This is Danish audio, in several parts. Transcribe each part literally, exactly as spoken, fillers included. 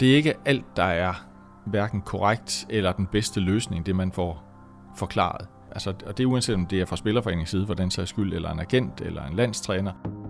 det er ikke alt, der er hverken korrekt eller den bedste løsning, det man får forklaret. Altså, og det er uanset om det er fra spillerforeningens side, for den sags skyld, eller en agent, eller en landstræner.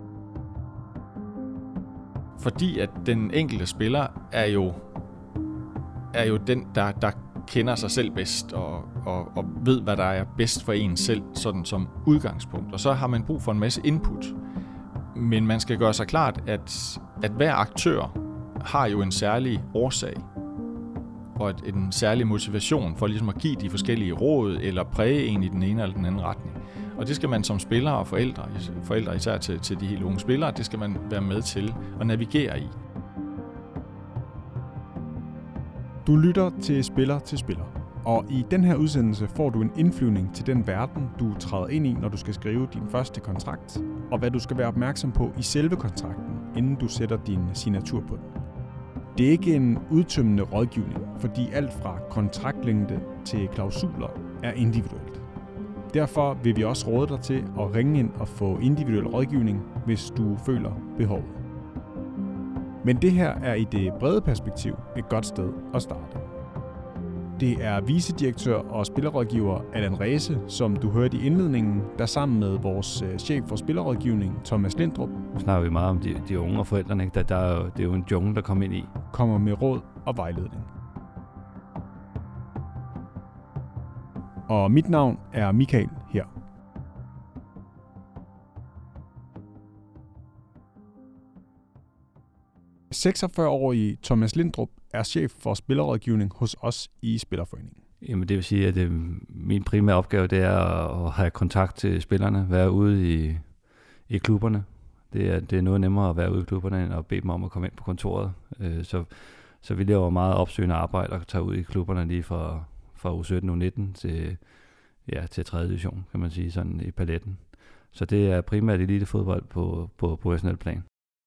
Fordi at den enkelte spiller er jo, er jo den, der, der kender sig selv bedst, og, og, og ved, hvad der er bedst for en selv, sådan som udgangspunkt. Og så har man brug for en masse input. Men man skal gøre sig klart, at, at hver aktør har jo en særlig årsag, og et, en særlig motivation for ligesom at give de forskellige råd, eller præge en i den ene eller den anden retning. Og det skal man som spiller og forældre, forældre især til, til de helt unge spillere, det skal man være med til at navigere i. Du lytter til Spiller til Spiller, og i den her udsendelse får du en indflyvning til den verden, du træder ind i, når du skal skrive din første kontrakt, og hvad du skal være opmærksom på i selve kontrakten, inden du sætter din signatur på den. Det er ikke en udtømmende rådgivning, fordi alt fra kontraktlængde til klausuler er individuelt. Derfor vil vi også råde dig til at ringe ind og få individuel rådgivning, hvis du føler behovet. Men det her er i det brede perspektiv et godt sted at starte. Det er vicedirektør og spillerrådgiver Allan Ræse, som du hørte i indledningen, der sammen med vores chef for spillerrådgivning, Thomas Lindrup, nu snakker vi meget om de, de unge og forældrene, ikke? Der, der er jo, det er jo en jungle, der kommer ind i. Kommer med råd og vejledning. Og mit navn er Michael her. seksogfyrre-årige Thomas Lindrup er chef for spillerrådgivning hos os i Spillerforeningen. Jamen det vil sige, at det, min primære opgave det er at have kontakt til spillerne, være ude i, i klubberne. Det er, det er noget nemmere at være ude i klubberne, end at bede dem om at komme ind på kontoret. Så, så vi laver meget opsøgende arbejde og tager ud i klubberne lige fra, fra U sytten U nitten til, ja, til tredje division, kan man sige, sådan i paletten. Så det er primært elitefodbold på, på professionel plan.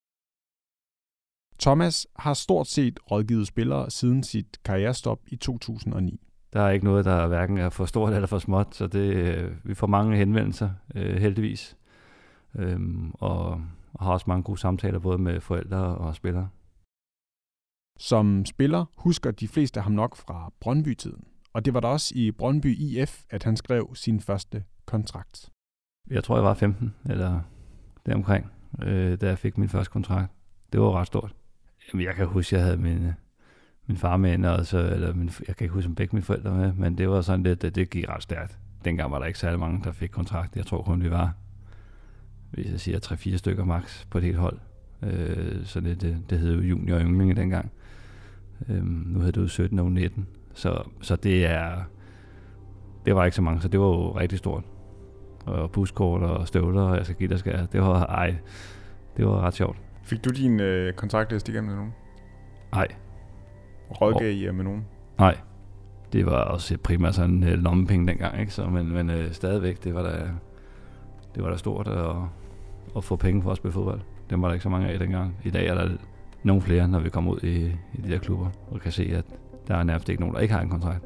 Thomas har stort set rådgivet spillere siden sit karrierestop i to tusind og ni. Der er ikke noget, der hverken er for stort eller for småt, så det, vi får mange henvendelser, øh, heldigvis. Øhm, og, og har også mange gode samtaler, både med forældre og spillere. Som spiller husker de fleste ham nok fra Brøndby-tiden. Og det var da også i Brøndby I F, at han skrev sin første kontrakt. Jeg tror, jeg var femten, eller deromkring, øh, da jeg fik min første kontrakt. Det var ret stort. Jamen, jeg kan huske, at jeg havde min, min far med inde, altså, eller min, jeg kan ikke huske, om begge mine forældre med, men det var sådan lidt, at det gik ret stærkt. Dengang var der ikke særlig mange, der fik kontrakt. Jeg tror kun, vi var, hvis jeg siger, tre fire stykker max på et helt hold. Øh, så det, det, det hed jo junior og ynglinge dengang. Øh, nu hedder det jo sytten og nitten. Så, så det er, det var ikke så mange, så det var jo rigtig stort. Og buskort og støvler, og jeg skal give dig skal. Det var, ej, det var ret sjovt. Fik du din øh, kontaktliste igennem med nogen? Nej. Rådgav I med nogen? Nej. Det var også primært sådan en øh, lommepenge dengang, ikke? Så, men men øh, stadigvæk, det var da, det var da stort at, at få penge for at spille fodbold. Det var der ikke så mange af dengang. I dag er der nogle flere, når vi kommer ud i, i de der klubber, og kan se, at der er nærmest ikke nogen, der ikke har en kontrakt.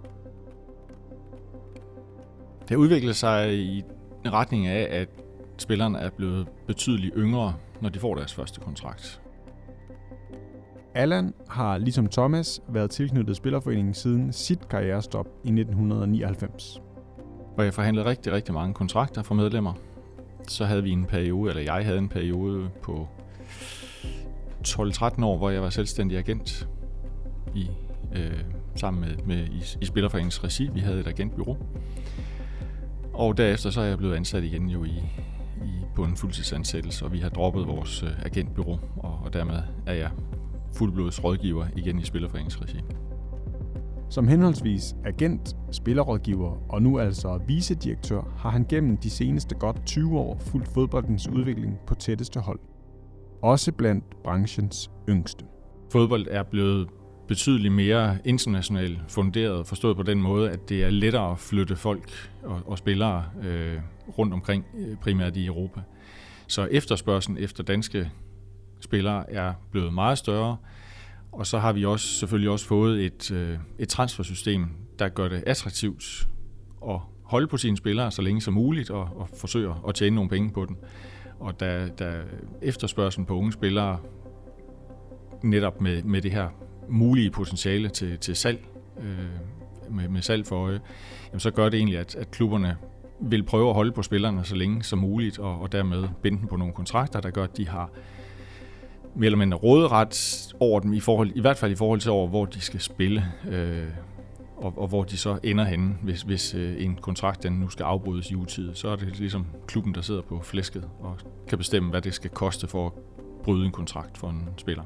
Det har udviklet sig i retning af, at spillerne er blevet betydeligt yngre, når de får deres første kontrakt. Allan har ligesom Thomas været tilknyttet Spillerforeningen siden sit karrierestop i nitten nioghalvfems. Hvor jeg forhandlede rigtig, rigtig mange kontrakter for medlemmer. Så havde vi en periode, eller jeg havde en periode på tolv tretten år, hvor jeg var selvstændig agent i, øh, sammen med, med i, i Spillerforeningens regi. Vi havde et agentbureau. Og derefter så er jeg blevet ansat igen jo i, i, på en fuldtidsansættelse, og vi har droppet vores øh, agentbureau, og, og dermed er jeg fuldblods rådgiver igen i Spillerforeningens regi. Som henholdsvis agent, spillerrådgiver og nu altså vicedirektør, har han gennem de seneste godt tyve år fulgt fodboldens udvikling på tætteste hold. Også blandt branchens yngste. Fodbold er blevet betydeligt mere internationalt funderet, forstået på den måde, at det er lettere at flytte folk og, og spillere øh, rundt omkring, primært i Europa. Så efterspørgslen efter danske spillere er blevet meget større, og så har vi også selvfølgelig også fået et, øh, et transfersystem, der gør det attraktivt at holde på sine spillere så længe som muligt og, og forsøge at tjene nogle penge på dem. Og da, da efterspørgslen på unge spillere netop med, med det her mulige potentiale til, til salg, øh, med, med salg for øje, jamen så gør det egentlig, at, at klubberne vil prøve at holde på spillerne så længe som muligt, og, og dermed binde dem på nogle kontrakter, der gør, at de har mere eller mindre råderet over dem, i, forhold, i hvert fald i forhold til over, hvor de skal spille, øh, og, og hvor de så ender henne, hvis, hvis øh, en kontrakt den nu skal afbrydes i utide. Så er det ligesom klubben, der sidder på flæsket og kan bestemme, hvad det skal koste for at bryde en kontrakt for en spiller.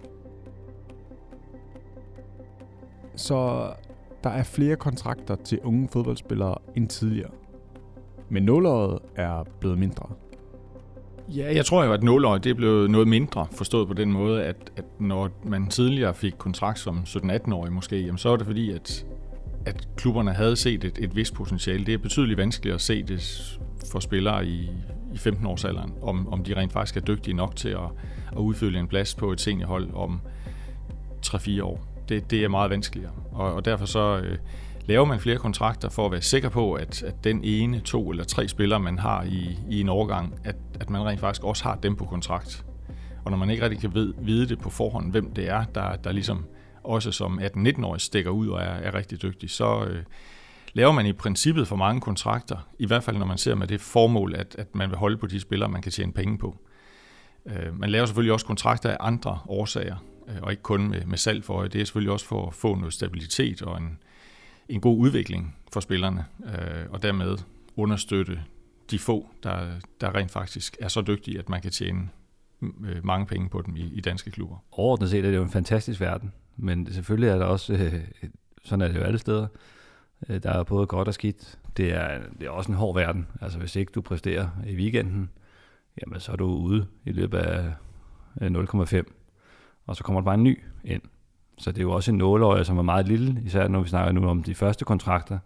Så der er flere kontrakter til unge fodboldspillere end tidligere. Men nåleøjet er blevet mindre. Ja, jeg tror jo, at nåleøjet det er blevet noget mindre, forstået på den måde, at, at når man tidligere fik kontrakt som sytten-atten-årig måske, jamen så var det fordi, at, at klubberne havde set et, et vist potentiale. Det er betydeligt vanskeligt at se det for spillere i, i femten-årsalderen, om, om de rent faktisk er dygtige nok til at, at udfylde en plads på et seniorhold om tre-fire år. Det, det er meget vanskeligere, og, og derfor så øh, laver man flere kontrakter for at være sikker på, at, at den ene, to eller tre spillere, man har i, i en overgang, at, at man rent faktisk også har dem på kontrakt. Og når man ikke rigtig kan ved, vide det på forhånd, hvem det er, der, der ligesom også som atten-nitten-årig stikker ud og er, er rigtig dygtig, så øh, laver man i princippet for mange kontrakter, i hvert fald når man ser med det formål, at, at man vil holde på de spillere, man kan tjene penge på. Øh, man laver selvfølgelig også kontrakter af andre årsager, øh, og ikke kun med, med salg for øje. Det er selvfølgelig også for at få noget stabilitet og en en god udvikling for spillerne, øh, og dermed understøtte de få, der, der rent faktisk er så dygtige, at man kan tjene øh, mange penge på dem i, i danske klubber. Overordnet set er det jo en fantastisk verden, men selvfølgelig er der også, øh, sådan er det jo alle steder, øh, der er både godt og skidt. Det er, det er også en hård verden. Altså hvis ikke du præsterer i weekenden, jamen så er du ude i løbet af nul komma fem, og så kommer der bare en ny ind. Så det er jo også en nåleøje, som er meget lille, især når vi snakker nu om de første kontrakter.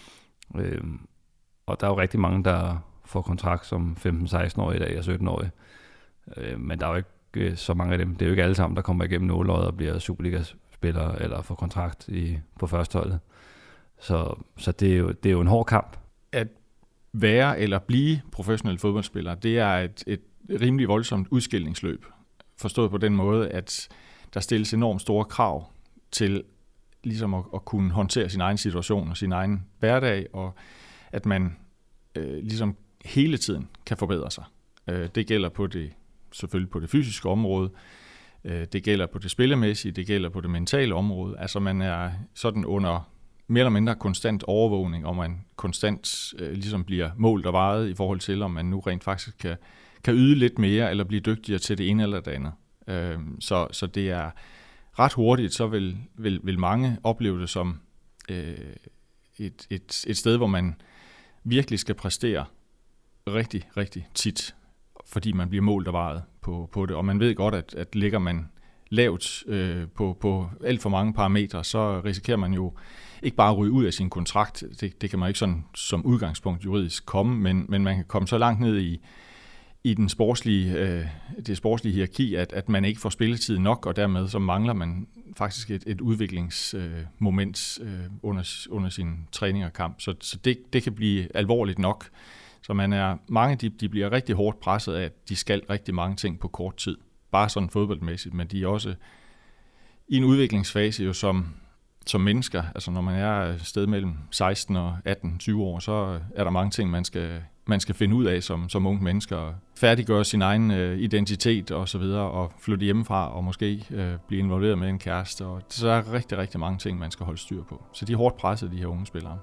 Øhm, og der er jo rigtig mange, der får kontrakt som femten-seksten-årige i dag og sytten-årige. Øhm, men der er jo ikke så mange af dem. Det er jo ikke alle sammen, der kommer igennem nåleøjet og bliver Superliga-spillere eller får kontrakt i, på førsteholdet. Så, så det, er jo, det er jo en hård kamp. At være eller blive professionel fodboldspiller, det er et, et rimelig voldsomt udskillingsløb. Forstået på den måde, at der stilles enormt store krav til ligesom at, at kunne håndtere sin egen situation og sin egen hverdag, og at man øh, ligesom hele tiden kan forbedre sig. Øh, det gælder på det, selvfølgelig på det fysiske område, øh, det gælder på det spillemæssige, det gælder på det mentale område. Altså man er sådan under mere eller mindre konstant overvågning, og man konstant øh, ligesom bliver målt og vejet i forhold til, om man nu rent faktisk kan, kan yde lidt mere, eller blive dygtigere til det ene eller det andet. Så, så det er ret hurtigt, så vil, vil, vil mange opleve det som øh, et, et, et sted, hvor man virkelig skal præstere rigtig, rigtig tit, fordi man bliver målt og vejet på, på det. Og man ved godt, at, at ligger man lavt øh, på, på alt for mange parametre, så risikerer man jo ikke bare at ryge ud af sin kontrakt. Det, det kan man ikke sådan som udgangspunkt juridisk komme, men, men man kan komme så langt ned i i den sportslige, øh, det sportslige hierarki, at, at man ikke får spilletid nok, og dermed så mangler man faktisk et, et udviklingsmoment øh, under, under sin træning og kamp. Så, så det, det kan blive alvorligt nok. Så man er, mange de, de bliver rigtig hårdt presset af, at de skal rigtig mange ting på kort tid. Bare sådan fodboldmæssigt, men de er også i en udviklingsfase jo som, som mennesker. Altså når man er et sted mellem seksten og atten tyve år, så er der mange ting, man skal man skal finde ud af som, som unge mennesker, færdiggøre sin egen øh, identitet og så videre, og flytte hjemmefra og måske øh, blive involveret med en kæreste. Og så er der rigtig, rigtig mange ting, man skal holde styr på. Så de er hårdt presset, de her unge spillere.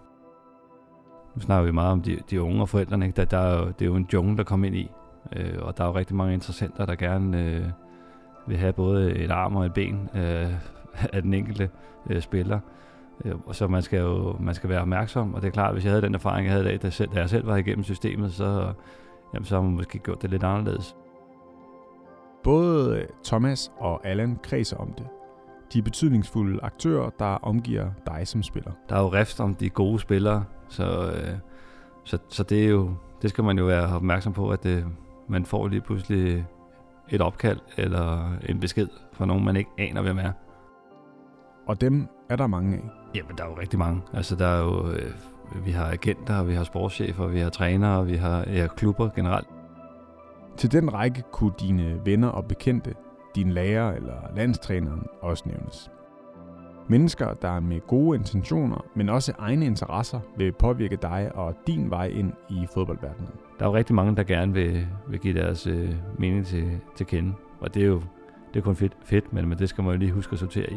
Nu snakker vi meget om de, de unge og forældrene. Ikke? Der, der er jo, det er jo en jungle, der kommer ind i, øh, og der er jo rigtig mange interessenter, der gerne øh, vil have både et arm og et ben øh, af den enkelte øh, spiller. Og så man skal jo man skal være opmærksom, og det er klart, at hvis jeg havde den erfaring, jeg havde i dag, da, selv, da jeg selv var igennem systemet, så, jamen, så har man måske gjort det lidt anderledes. Både Thomas og Allan kredser om det. De er betydningsfulde aktører, der omgiver dig som spiller. Der er jo rift om de gode spillere, så, øh, så, så det, er jo, det skal man jo være opmærksom på, at det, man får lige pludselig et opkald eller en besked fra nogen, man ikke aner, hvem er. Og dem er der mange af. Jamen, der er jo rigtig mange. Altså, der er jo, øh, vi har agenter, vi har sportschefer, vi har trænere, vi har ja, klubber generelt. Til den række kunne dine venner og bekendte, dine lærer eller landstræneren også nævnes. Mennesker, der med gode intentioner, men også egne interesser, vil påvirke dig og din vej ind i fodboldverdenen. Der er jo rigtig mange, der gerne vil, vil give deres øh, mening til, til kende, og det er jo det er kun fedt, fedt men, men det skal man jo lige huske at sortere i.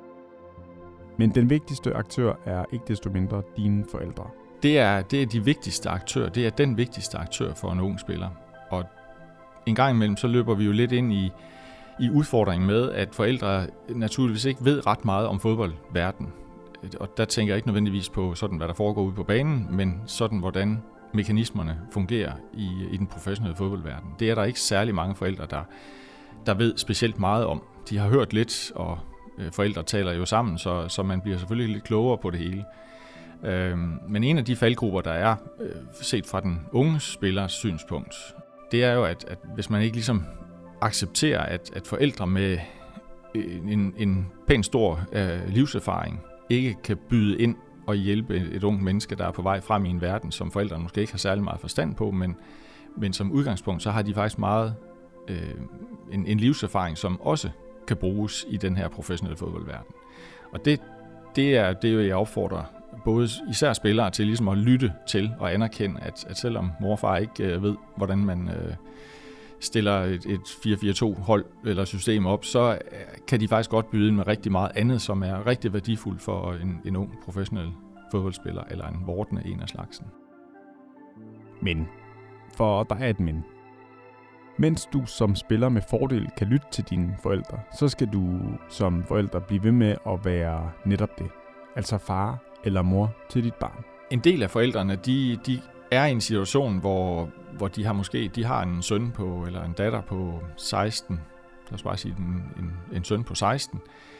Men den vigtigste aktør er ikke desto mindre dine forældre. Det er, det er de vigtigste aktører. Det er den vigtigste aktør for en ung spiller. Og en gang imellem, så løber vi jo lidt ind i, i udfordringen med, at forældre naturligvis ikke ved ret meget om fodboldverdenen. Og der tænker jeg ikke nødvendigvis på sådan, hvad der foregår ude på banen, men sådan, hvordan mekanismerne fungerer i, i den professionelle fodboldverden. Det er der ikke særlig mange forældre, der, der ved specielt meget om. De har hørt lidt, og forældre taler jo sammen, så, så man bliver selvfølgelig lidt klogere på det hele. Men en af de faldgrupper, der er set fra den unge spillers synspunkt, det er jo, at, at hvis man ikke ligesom accepterer, at, at forældre med en, en pæn stor øh, livserfaring ikke kan byde ind og hjælpe et, et ungt menneske, der er på vej frem i en verden, som forældrene måske ikke har særlig meget forstand på, men, men som udgangspunkt, så har de faktisk meget øh, en, en livserfaring, som også kan bruges i den her professionelle fodboldverden. Og det, det er det, jeg opfordrer både især spillere til ligesom at lytte til og anerkende, at, at selvom mor og far ikke øh, ved, hvordan man øh, stiller et, et fire fire to hold eller system op, så kan de faktisk godt byde ind med rigtig meget andet, som er rigtig værdifuldt for en, en ung professionel fodboldspiller eller en vordende en af slagsen. Men, for der er et men. Mens du som spiller med fordel kan lytte til dine forældre, så skal du som forældre blive ved med at være netop det. Altså far eller mor til dit barn. En del af forældrene, de, de er i en situation, hvor, hvor de har måske de har en søn på, eller en datter på seksten. Lad os bare sige en, en, en søn på seksten.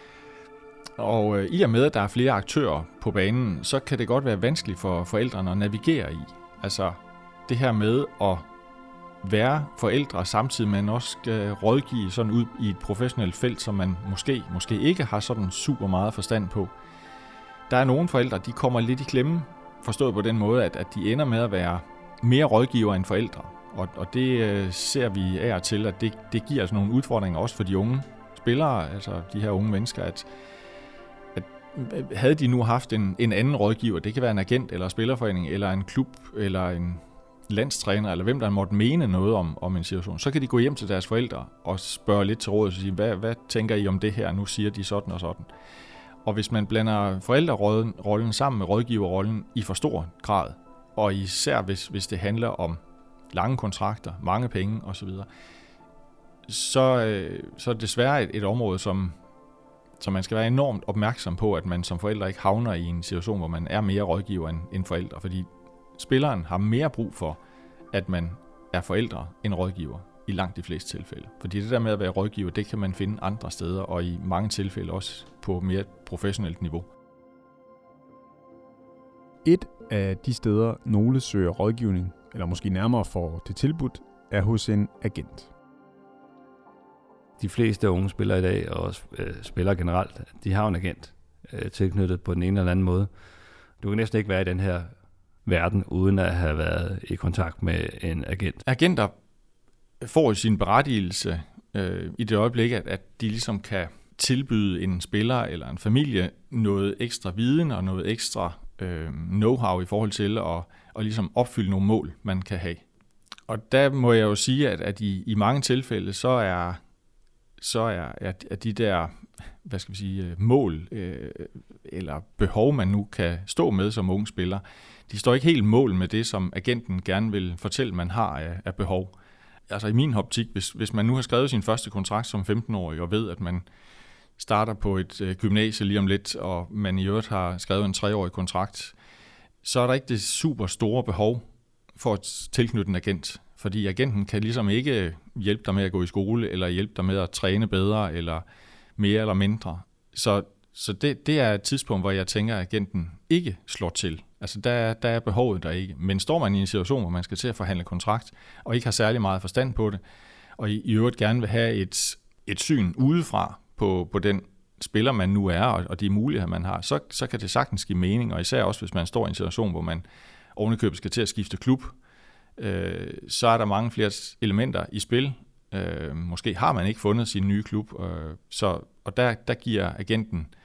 Og øh, i og med, at der er flere aktører på banen, så kan det godt være vanskeligt for forældrene at navigere i. Altså det her med at være forældre, samtidig med at man også skal rådgive sådan ud i et professionelt felt, som man måske, måske ikke har sådan super meget forstand på. Der er nogle forældre, de kommer lidt i klemme, forstået på den måde, at, at de ender med at være mere rådgiver end forældre. Og, og det øh, ser vi af og til, at det, det giver altså nogle udfordringer også for de unge spillere, altså de her unge mennesker, at, at havde de nu haft en, en anden rådgiver, det kan være en agent eller spillerforening, eller en klub, eller en landstræner, eller hvem der måtte mene noget om, om en situation, så kan de gå hjem til deres forældre og spørge lidt til råd og sige, hvad, hvad tænker I om det her? Nu siger de sådan og sådan. Og hvis man blander forældrerollen sammen med rådgiverrollen i for stor grad, og især hvis, hvis det handler om lange kontrakter, mange penge osv., så, så er det desværre et, et område, som, som man skal være enormt opmærksom på, at man som forældre ikke havner i en situation, hvor man er mere rådgiver end, end forældre, fordi spilleren har mere brug for, at man er forældre end rådgiver i langt de fleste tilfælde. Fordi det der med at være rådgiver, det kan man finde andre steder, og i mange tilfælde også på mere professionelt niveau. Et af de steder, nogle søger rådgivning, eller måske nærmere får til tilbudt, er hos en agent. De fleste unge spillere i dag, og øh, spillere generelt, de har en agent øh, tilknyttet på den ene eller anden måde. Du kan næsten ikke være i den her verden, uden at have været i kontakt med en agent. Agenter får jo sin berettigelse øh, i det øjeblik, at, at de ligesom kan tilbyde en spiller eller en familie noget ekstra viden og noget ekstra øh, know-how i forhold til at, at ligesom opfylde nogle mål, man kan have. Og der må jeg jo sige, at, at i, i mange tilfælde, så er, så er, er de der hvad skal vi sige, mål øh, eller behov, man nu kan stå med som ung spiller, de står ikke helt mål med det, som agenten gerne vil fortælle, man har af, af behov. Altså i min optik, hvis, hvis man nu har skrevet sin første kontrakt som femten-årig og ved, at man starter på et øh, gymnasie lige om lidt, og man i øvrigt har skrevet en treårig kontrakt, så er der ikke det super store behov for at tilknytte en agent. Fordi agenten kan ligesom ikke hjælpe dig med at gå i skole, eller hjælpe dig med at træne bedre, eller mere eller mindre. Så, så det, det er et tidspunkt, hvor jeg tænker, at agenten ikke slår til. Altså der, der er behovet der ikke. Men står man i en situation, hvor man skal til at forhandle kontrakt, og ikke har særlig meget forstand på det, og i, i øvrigt gerne vil have et, et syn udefra på, på den spiller, man nu er, og, og de muligheder, man har, så, så kan det sagtens give mening, og især også, hvis man står i en situation, hvor man ovenikøbet skal til at skifte klub, øh, så er der mange flere elementer i spil. Øh, måske har man ikke fundet sin nye klub, øh, så, og der, der giver agenten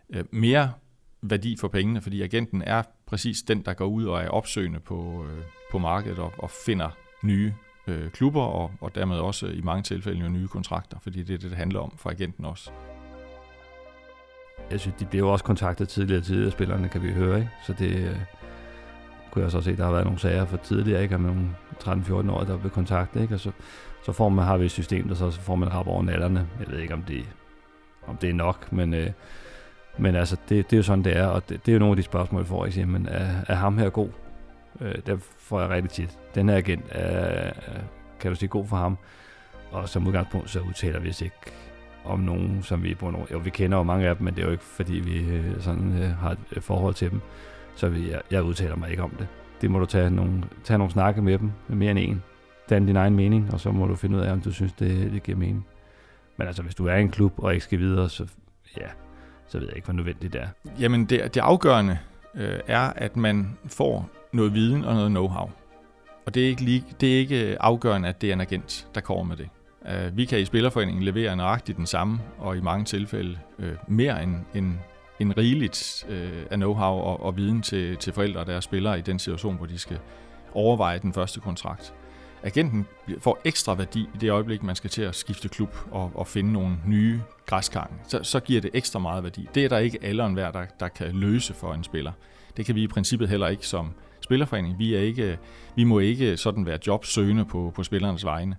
øh, mere værdi for pengene, fordi agenten er præcis den, der går ud og er opsøgende på, øh, på markedet og, og finder nye øh, klubber og, og dermed også i mange tilfælde jo nye kontrakter, fordi det er det, det handler om for agenten også. Jeg synes, de bliver jo også kontaktet tidligere tidligere spillerne, kan vi høre, ikke? Så det øh, kunne jeg så se, der har været nogle sager for tidligere, ikke? Med nogle tretten fjorten år, der er blevet kontaktet, ikke? Og så, så får man, har vi et system, der så, så får man rap over natterne. Jeg ved ikke, om det, om det er nok, men, øh, men altså, det, det er jo sådan, det er, og det, det er jo nogle af de spørgsmål, jeg får, ikke? Men er, er ham her god? Øh, der får jeg rigtig tit. Den her agent er, kan du sige, god for ham? Og som udgangspunkt, så udtaler vi os ikke om nogen, som vi bruger. Jo, vi kender jo mange af dem, men det er jo ikke, fordi vi sådan øh, har et forhold til dem. Så vi, jeg, jeg udtaler mig ikke om det. Det må du tage nogle, tage nogle snakke med dem, mere end en. Dan din egen mening, og så må du finde ud af, om du synes, det, det giver mening. Men altså, hvis du er i en klub og ikke skal videre, så, ja, så ved jeg ikke, hvor nødvendigt det er. Jamen, det, det afgørende øh, er, at man får noget viden og noget know-how. Og det er ikke, lige, det er ikke afgørende, at det er en agent, der kommer med det. Uh, vi kan i Spillerforeningen levere nøjagtigt den samme, og i mange tilfælde uh, mere end, end, end rigeligt uh, af know-how og, og viden til, til forældre og deres spillere i den situation, hvor de skal overveje den første kontrakt. Agenten får ekstra værdi i det øjeblik, man skal til at skifte klub og, og finde nogle nye græsgange. Så, så giver det ekstra meget værdi. Det er der ikke alle og enhver, der, der kan løse for en spiller. Det kan vi i princippet heller ikke som Spillerforening. Vi, er ikke, vi må ikke sådan være jobsøgende på, på spillernes vegne.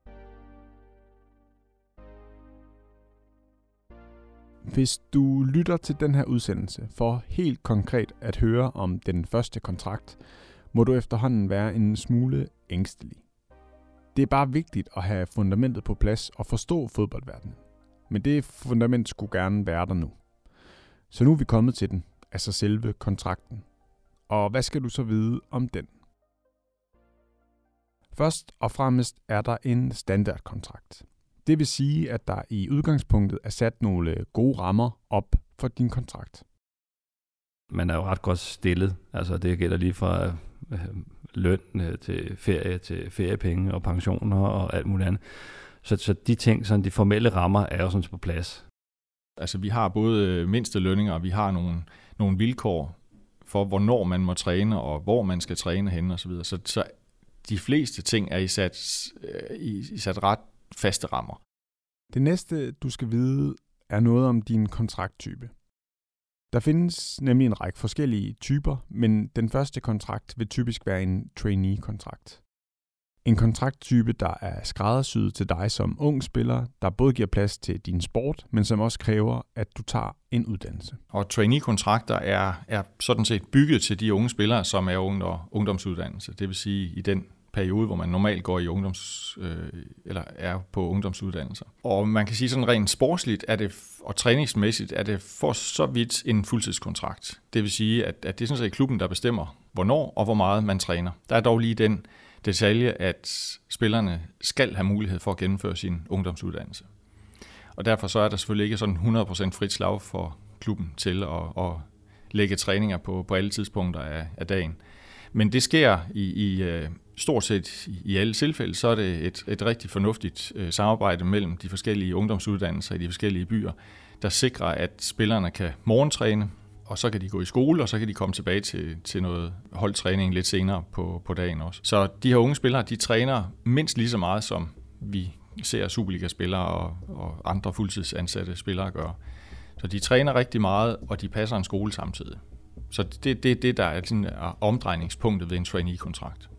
Hvis du lytter til den her udsendelse for helt konkret at høre om den første kontrakt, må du efterhånden være en smule ængstelig. Det er bare vigtigt at have fundamentet på plads og forstå fodboldverdenen. Men det fundament skulle gerne være der nu. Så nu er vi kommet til den, altså selve kontrakten. Og hvad skal du så vide om den? Først og fremmest er der en standardkontrakt. Det vil sige, at der i udgangspunktet er sat nogle gode rammer op for din kontrakt. Man er jo ret godt stillet. Altså det gælder lige fra øh, løn til ferie, til feriepenge og pensioner og alt muligt andet. Så, så de ting, sådan de formelle rammer, er jo sådan på plads. Altså vi har både mindste lønninger, og vi har nogle, nogle vilkår for, hvornår man må træne, og hvor man skal træne henne osv. Så, så, så de fleste ting er i sat, i, i sat ret faste rammer. Det næste, du skal vide, er noget om din kontrakttype. Der findes nemlig en række forskellige typer, men den første kontrakt vil typisk være en trainee-kontrakt. En kontrakttype, der er skræddersyet til dig som ung spiller, der både giver plads til din sport, men som også kræver, at du tager en uddannelse. Og trainee-kontrakter er, er sådan set bygget til de unge spillere, som er under ungdomsuddannelse. Det vil sige i den periode, hvor man normalt går i ungdoms øh, eller er på ungdomsuddannelser. Og man kan sige sådan rent sportsligt er det, og træningsmæssigt er det for så vidt en fuldtidskontrakt. Det vil sige, at, at det er sådan set klubben, der bestemmer, hvornår og hvor meget man træner. Der er dog lige den detalje, at spillerne skal have mulighed for at gennemføre sin ungdomsuddannelse. Og derfor så er der selvfølgelig ikke sådan hundrede procent frit slag for klubben til at, at lægge træninger på, på alle tidspunkter af, af dagen. Men det sker i, i stort set i alle tilfælde, så er det et, et rigtig fornuftigt øh, samarbejde mellem de forskellige ungdomsuddannelser i de forskellige byer, der sikrer, at spillerne kan morgentræne, og så kan de gå i skole, og så kan de komme tilbage til, til noget holdtræning lidt senere på, på dagen også. Så de her unge spillere, de træner mindst lige så meget, som vi ser Superliga-spillere og, og andre fuldtidsansatte spillere gøre. Så de træner rigtig meget, og de passer en skole samtidig. Så det er det, det, der er sådan, er omdrejningspunktet ved en trainee-kontrakt.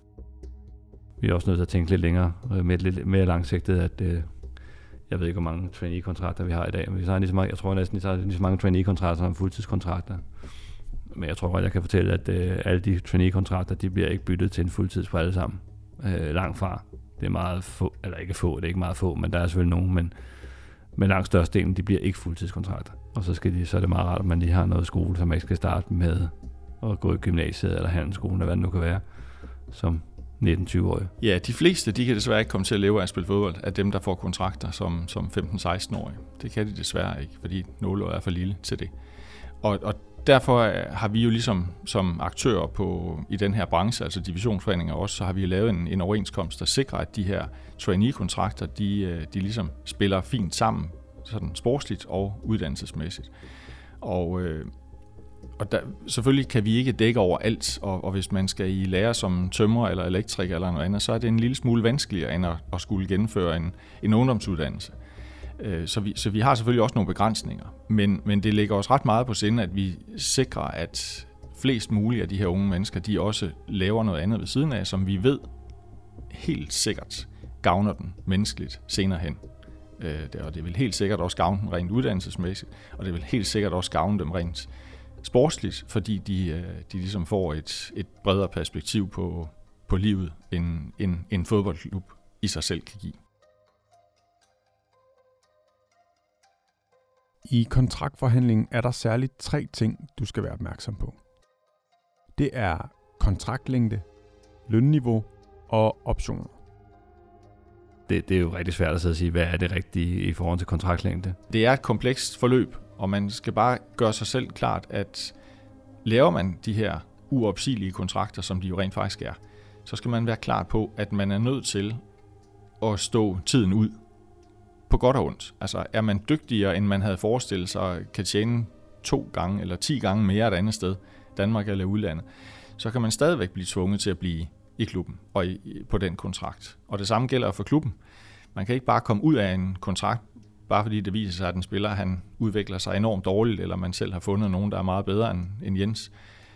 Vi er også nødt til at tænke lidt længere, med lidt mere langsigtet, at øh, jeg ved ikke, hvor mange trainee-kontrakter vi har i dag, men vi har lige så mange, jeg tror næsten, vi har lige så mange trainee-kontrakter som fuldtidskontrakter. Men jeg tror godt, jeg kan fortælle, at øh, alle de trainee-kontrakter, de bliver ikke byttet til en fuldtids på alle sammen. Øh, langt fra. Det er meget få, eller ikke få, det er ikke meget få, men der er selvfølgelig nogen, men, men langt størstedelen, de bliver ikke fuldtidskontrakter. Og så, skal de, så er det meget rart, at man lige har noget skole, som man ikke skal starte med at gå i gymnasiet eller handelsskolen, eller hvad det nu kan være, som nitten tyve årige. Ja, de fleste, de kan desværre ikke komme til at leve af at spille fodbold, af dem, der får kontrakter som, som femten seksten årige. Det kan de desværre ikke, fordi nåløjet er for lille til det. Og, og derfor har vi jo ligesom som aktører på, i den her branche, altså divisionsforeninger også, så har vi lavet en, en overenskomst, der sikrer, at de her trainee-kontrakter, de, de ligesom spiller fint sammen, sådan sportsligt og uddannelsesmæssigt. Og, øh, og der, selvfølgelig kan vi ikke dække over alt, og, og hvis man skal i lære som tømrer eller elektriker eller noget andet, så er det en lille smule vanskeligere end at, at skulle gennemføre en, en ungdomsuddannelse. Øh, så, vi, så vi har selvfølgelig også nogle begrænsninger, men, men det ligger os ret meget på sinde, at vi sikrer, at flest mulige af de her unge mennesker, de også laver noget andet ved siden af, som vi ved helt sikkert gavner den menneskeligt senere hen. Øh, og det vil helt sikkert også gavne dem rent uddannelsesmæssigt, og det vil helt sikkert også gavne dem rent sportsligt, fordi de, de ligesom får et, et bredere perspektiv på, på livet, end en, en fodboldklub i sig selv kan give. I kontraktforhandlingen er der særligt tre ting, du skal være opmærksom på. Det er kontraktlængde, lønniveau og optioner. Det, det er jo rigtig svært at sidde og sige, hvad er det rigtige i forhold til kontraktlængde. Det er et komplekst forløb, og man skal bare gøre sig selv klart, at laver man de her uopsigelige kontrakter, som de jo rent faktisk er, så skal man være klar på, at man er nødt til at stå tiden ud på godt og ondt. Altså er man dygtigere, end man havde forestillet sig, kan tjene to gange eller ti gange mere et andet sted, Danmark eller udlandet, så kan man stadigvæk blive tvunget til at blive i klubben og i, på den kontrakt. Og det samme gælder for klubben. Man kan ikke bare komme ud af en kontrakt, bare fordi det viser sig, at en spiller han udvikler sig enormt dårligt, eller man selv har fundet nogen, der er meget bedre end, end Jens.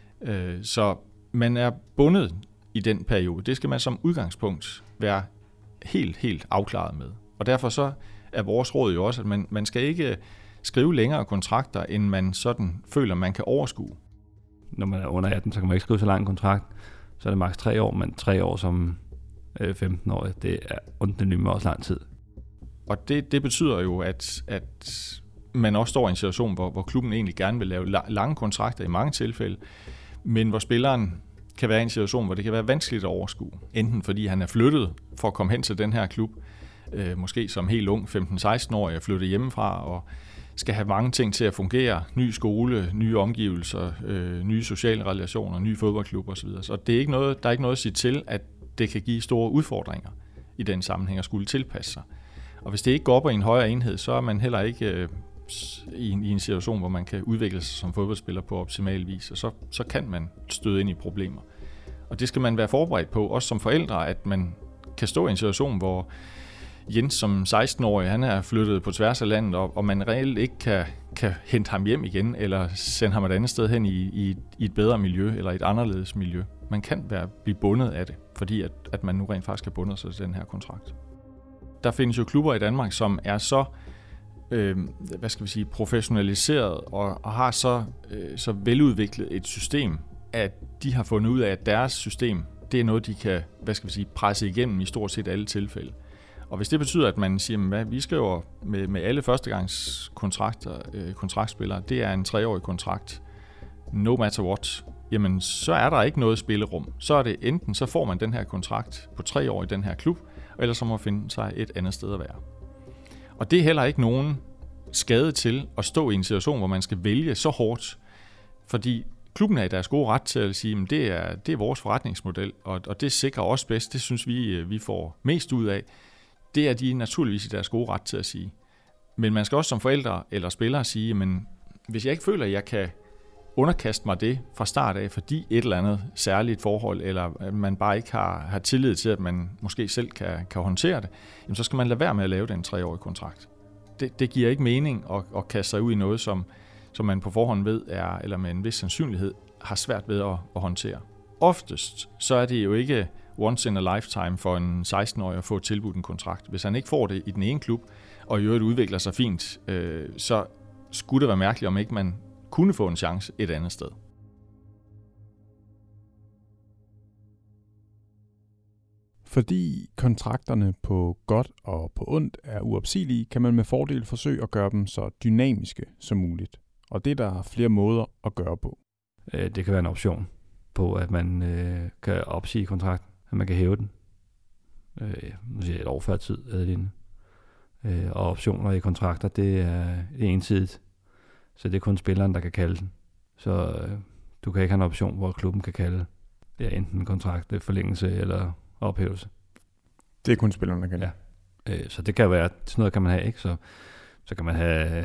Øh, så man er bundet i den periode. Det skal man som udgangspunkt være helt, helt afklaret med. Og derfor så er vores råd jo også, at man, man skal ikke skrive længere kontrakter, end man sådan føler, man kan overskue. Når man er under atten, så kan man ikke skrive så lang en kontrakt. Så er det maks tre år, men tre år som øh, femten-årig, det er undtelig med også lang tid. Og det, det betyder jo, at, at man også står i en situation, hvor, hvor klubben egentlig gerne vil lave lange kontrakter i mange tilfælde, men hvor spilleren kan være i en situation, hvor det kan være vanskeligt at overskue. Enten fordi han er flyttet for at komme hen til den her klub, øh, måske som helt ung, femten-seksten-årig, er flyttet hjemmefra og skal have mange ting til at fungere. Ny skole, nye omgivelser, øh, nye sociale relationer, nye fodboldklub osv. Så det er ikke noget, der er ikke noget at sige til, at det kan give store udfordringer i den sammenhæng at skulle tilpasse sig. Og hvis det ikke går op i en højere enhed, så er man heller ikke øh, i, en, i en situation, hvor man kan udvikle sig som fodboldspiller på optimal vis, og så, så kan man støde ind i problemer. Og det skal man være forberedt på, også som forældre, at man kan stå i en situation, hvor Jens som seksten-årig, han er flyttet på tværs af landet, og, og man reelt ikke kan, kan hente ham hjem igen, eller sende ham et andet sted hen i, i, i et bedre miljø, eller et anderledes miljø. Man kan være, blive bundet af det, fordi at, at man nu rent faktisk har bundet sig til den her kontrakt. Der findes jo klubber i Danmark, som er så øh, hvad skal vi sige, professionaliseret og, og har så, øh, så veludviklet et system, at de har fundet ud af, at deres system, det er noget, de kan, hvad skal vi sige, presse igennem i stort set alle tilfælde. Og hvis det betyder, at man siger, hvad vi skriver med, med alle førstegangskontrakter, øh, kontraktspillere, det er en treårig kontrakt, no matter what, jamen så er der ikke noget spillerum. Så er det enten, så får man den her kontrakt på tre år i den her klub, eller så må man finde sig et andet sted at være. Og det er heller ikke nogen skade til at stå i en situation, hvor man skal vælge så hårdt, fordi klubben er i deres gode ret til at sige, at det er, det er vores forretningsmodel, og, og det sikrer os bedst, det synes vi, vi får mest ud af. Det er de naturligvis i deres gode ret til at sige. Men man skal også som forældre eller spillere sige, men hvis jeg ikke føler, at jeg kan underkaste mig det fra start af, fordi et eller andet særligt forhold, eller man bare ikke har, har tillid til, at man måske selv kan, kan håndtere det, jamen så skal man lade være med at lave den treårige kontrakt. Det, det giver ikke mening at, at kaste sig ud i noget, som, som man på forhånd ved er, eller med en vis sandsynlighed, har svært ved at, at håndtere. Oftest så er det jo ikke once in a lifetime for en seksten-årig at få tilbudt en kontrakt. Hvis han ikke får det i den ene klub, og i øvrigt udvikler sig fint, øh, så skulle det være mærkeligt, om ikke man kunne få en chance et andet sted. Fordi kontrakterne på godt og på ondt er uopsigelige, kan man med fordel forsøge at gøre dem så dynamiske som muligt. Og det er der flere måder at gøre på. Det kan være en option på, at man øh, kan opsige kontrakten, at man kan hæve den. Øh, nu siger jeg et år før tid eller lignende. Øh, og optioner i kontrakter, det er, det er ensidigt. Så det er kun spilleren, der kan kalde den. Så øh, du kan ikke have en option, hvor klubben kan kalde det er enten kontrakt, forlængelse eller ophævelse. Det er kun spilleren, der kan. Ja. Øh, så det kan være, sådan noget kan man have, ikke? Så, så kan man have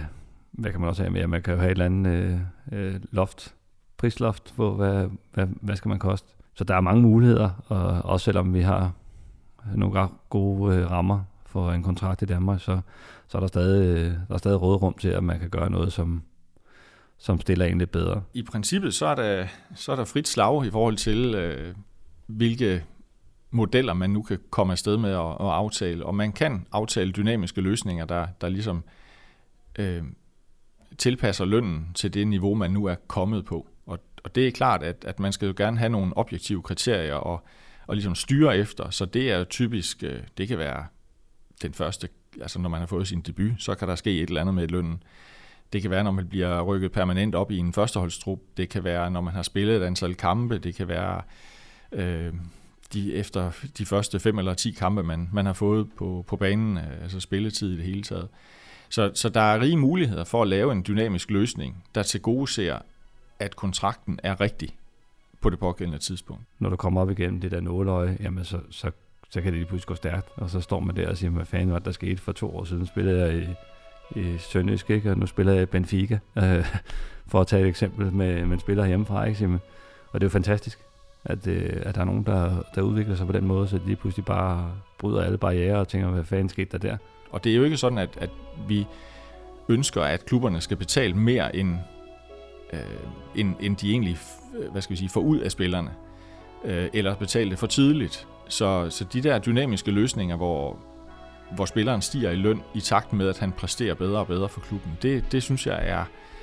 hvad kan man også have med? Man kan jo have et eller andet øh, øh, loft, prisloft på, hvad, hvad, hvad skal man koste. Så der er mange muligheder, og også selvom vi har nogle ret gode øh, rammer for en kontrakt i Danmark, så, så er der stadig, øh, der er stadig råderum til, at man kan gøre noget, som, som stiller en lidt bedre. I princippet så er der, så er der frit slag i forhold til, øh, hvilke modeller man nu kan komme afsted med at, at aftale. Og man kan aftale dynamiske løsninger, der, der ligesom øh, tilpasser lønnen til det niveau, man nu er kommet på. Og, og det er klart, at, at man skal jo gerne have nogle objektive kriterier og, og ligesom styre efter. Så det er jo typisk, øh, det kan være den første, altså når man har fået sin debut, så kan der ske et eller andet med lønnen. Det kan være, når man bliver rykket permanent op i en førsteholdstrup. Det kan være, når man har spillet et antal kampe. Det kan være øh, de, efter de første fem eller ti kampe, man, man har fået på, på banen, altså spilletid i det hele taget. Så, så der er rige muligheder for at lave en dynamisk løsning, der tilgodeser, at kontrakten er rigtig på det pågældende tidspunkt. Når du kommer op igennem det der nåløje, jamen så, så, så kan det lige pludselig gå stærkt, og så står man der og siger, hvad fanden var det, der skete for to år siden? Spillede jeg i, i Sønderjysk, ikke? Og nu spiller jeg i Benfica, øh, for at tage et eksempel med, med en spiller hjemmefra, ikke? Og det er jo fantastisk, at, øh, at der er nogen, der, der udvikler sig på den måde, så de lige pludselig bare bryder alle barrierer og tænker, hvad fanden skete der der? Og det er jo ikke sådan, at, at vi ønsker, at klubberne skal betale mere, end, øh, end, end de egentlig hvad skal vi sige, får ud af spillerne, øh, eller betale det for tidligt. Så, så de der dynamiske løsninger, hvor, hvor spilleren stiger i løn i takt med, at han præsterer bedre og bedre for klubben, det, det synes jeg er,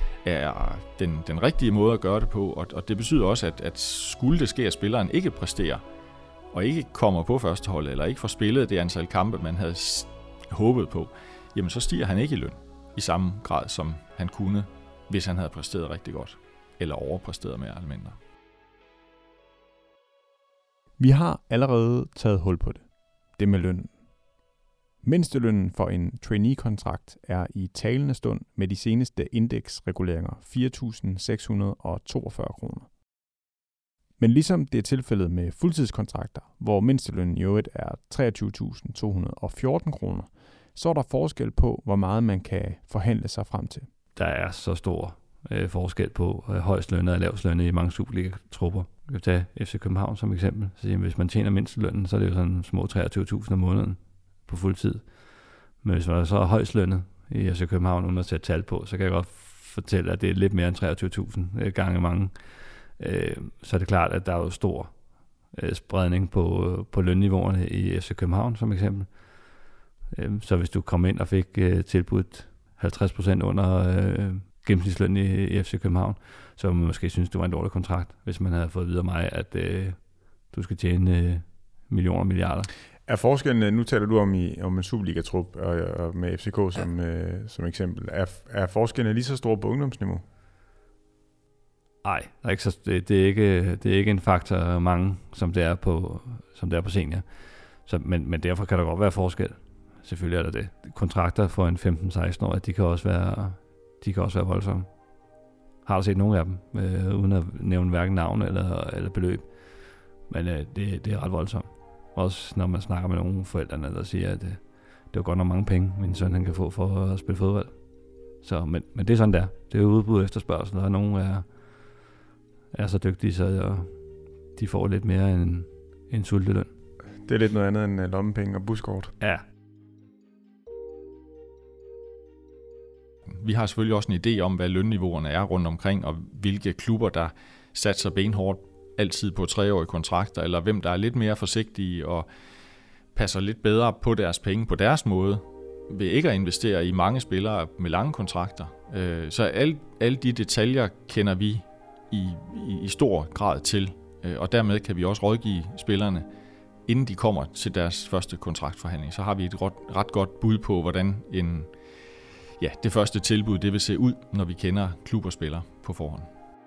er den, den rigtige måde at gøre det på. Og, og det betyder også, at, at skulle det ske, at spilleren ikke præsterer, og ikke kommer på førsteholdet, eller ikke får spillet det antal kampe, man havde håbet på, jamen så stiger han ikke i løn i samme grad, som han kunne, hvis han havde præsteret rigtig godt, eller overpræsteret mere eller mindre. Vi har allerede taget hul på det. Det med lønnen. Mindstelønnen for en trainee-kontrakt er i talende stund med de seneste indeksreguleringer fire tusind seks hundrede og toogfyrre kroner. Men ligesom det er tilfældet med fuldtidskontrakter, hvor mindstelønnen i øvrigt er treogtyve tusind to hundrede og fjorten kroner, så er der forskel på, hvor meget man kan forhandle sig frem til. Der er så stor øh, forskel på øh, højst lønnet og lavest lønnet i mange Superliga-trupper. Vi kan tage F C København som eksempel. Så jamen, hvis man tjener mindstelønnen, så er det jo sådan små treogtyve tusind om måneden på fuldtid. Men hvis man så er højst lønnet i F C København, uden at sætte tal på, så kan jeg godt fortælle, at det er lidt mere end treogtyve tusind gange mange. Øh, så er det klart, at der er jo stor øh, spredning på, på lønniveauerne i F C København som eksempel. Øh, så hvis du kom ind og fik øh, tilbudt halvtreds procent under øh, gennemsnitsløn i, i F C København, så man måske synes, det var en dårlig kontrakt, hvis man havde fået videre mig, at øh, du skal tjene øh, millioner og milliarder. Er forskellen, nu taler du om, i, om en Superliga-trup og, og med F C K som, ja. øh, som eksempel, er, er forskellen lige så stor på ungdomsniveau? Nej, det er ikke så, det, det er ikke det er ikke en faktor mange, som det er på som det er på senior. Så men men derfor kan der godt være forskel. Selvfølgelig er der det. Kontrakter for en femten seksten år, de kan også være de kan også være voldsomme. Har du set nogle af dem øh, uden at nævne hverken navn eller eller beløb. Men øh, det det er ret voldsomt. Også når man snakker med nogle forældrene, der siger at øh, det er godt nok mange penge min søn han kan få for at spille fodbold. Så men men det er sådan der. Det er udbud og efterspørgsel, og nogle er er så dygtige, så de får lidt mere end en sulteløn. Det er lidt noget andet end lommepenge og buskort. Ja. Vi har selvfølgelig også en idé om, hvad lønniveauerne er rundt omkring, og hvilke klubber, der satser benhårdt altid på treårige kontrakter, eller hvem der er lidt mere forsigtige og passer lidt bedre på deres penge på deres måde, ved ikke at investere i mange spillere med lange kontrakter. Så alle, alle de detaljer kender vi I, i, i stor grad til, og dermed kan vi også rådgive spillerne, inden de kommer til deres første kontraktforhandling. Så har vi et ret, ret godt bud på, hvordan en, ja, det første tilbud det vil se ud, når vi kender klub og spiller på forhånd.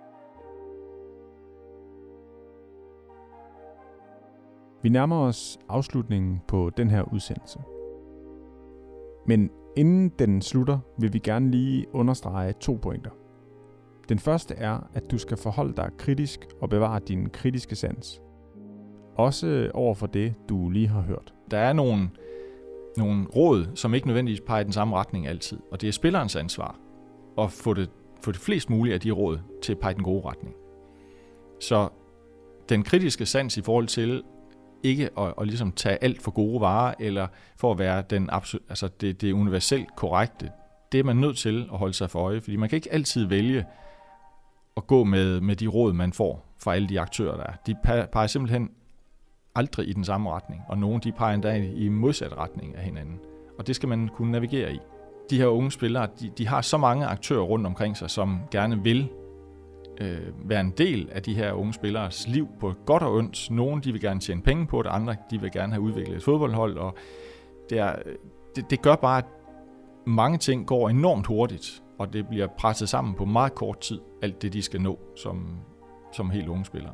Vi nærmer os afslutningen på den her udsendelse. Men inden den slutter, vil vi gerne lige understrege to pointer. Den første er, at du skal forholde dig kritisk og bevare din kritiske sans. Også over for det, du lige har hørt. Der er nogle, nogle råd, som ikke nødvendigvis peger i den samme retning altid, og det er spillerens ansvar at få det, få det flest muligt af de råd til at pege den gode retning. Så den kritiske sans i forhold til ikke at, at ligesom tage alt for gode varer, eller for at være den absolut, altså det, det universelt korrekte, det er man nødt til at holde sig for øje, fordi man kan ikke altid vælge at gå med, med de råd, man får fra alle de aktører, der er. De peger simpelthen aldrig i den samme retning, og nogle de peger endda i modsat retning af hinanden. Og det skal man kunne navigere i. De her unge spillere, de, de har så mange aktører rundt omkring sig, som gerne vil øh, være en del af de her unge spilleres liv på godt og ondt. Nogle de vil gerne tjene penge på det, andre de vil gerne have udviklet et fodboldhold, og det, er, det, det gør bare, at mange ting går enormt hurtigt, og det bliver presset sammen på meget kort tid, alt det de skal nå som, som helt unge spillere.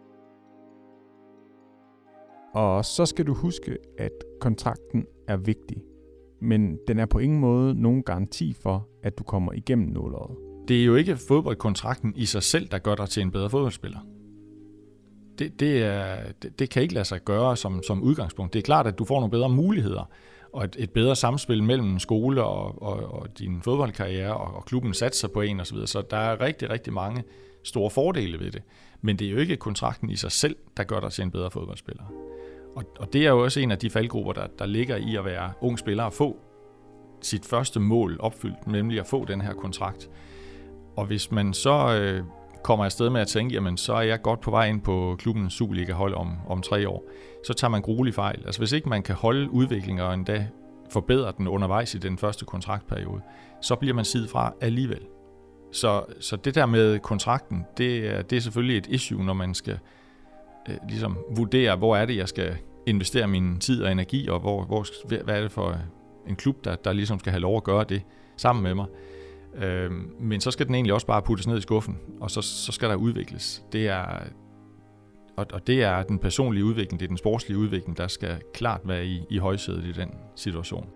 Og så skal du huske, at kontrakten er vigtig, men den er på ingen måde nogen garanti for, at du kommer igennem nåløjet. Det er jo ikke fodboldkontrakten i sig selv, der gør dig til en bedre fodboldspiller. Det, det, er, det, det kan ikke lade sig gøre som, som udgangspunkt. Det er klart, at du får nogle bedre muligheder, og et, et bedre samspil mellem skole og, og, og din fodboldkarriere, og, og klubben satser på en osv., så der er rigtig, rigtig mange store fordele ved det. Men det er jo ikke kontrakten i sig selv, der gør dig til en bedre fodboldspiller. Og, og det er jo også en af de faldgrupper, der, der ligger i at være ung spiller og få sit første mål opfyldt, nemlig at få den her kontrakt. Og hvis man så øh, kommer afsted med at tænke, jamen så er jeg godt på vej ind på klubbens Superliga-hold om, om tre år, så tager man gruelig fejl. Altså hvis ikke man kan holde udviklingen og endda forbedre den undervejs i den første kontraktperiode, så bliver man sidet fra alligevel. Så, så det der med kontrakten, det er, det er selvfølgelig et issue, når man skal øh, ligesom vurdere, hvor er det, jeg skal investere min tid og energi, og hvor, hvor, hvad er det for en klub, der, der ligesom skal have lov at gøre det sammen med mig. Øh, men så skal den egentlig også bare puttes ned i skuffen, og så, så skal der udvikles. Det er, og, og det er den personlige udvikling, det er den sportslige udvikling, der skal klart være i, i højsædet i den situation.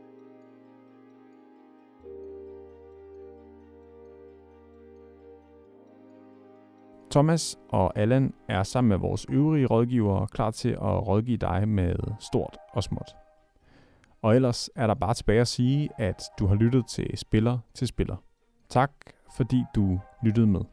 Thomas og Allan er sammen med vores øvrige rådgivere klar til at rådgive dig med stort og småt. Og ellers er der bare tilbage at sige, at du har lyttet til Spiller til Spiller. Tak fordi du lyttede med.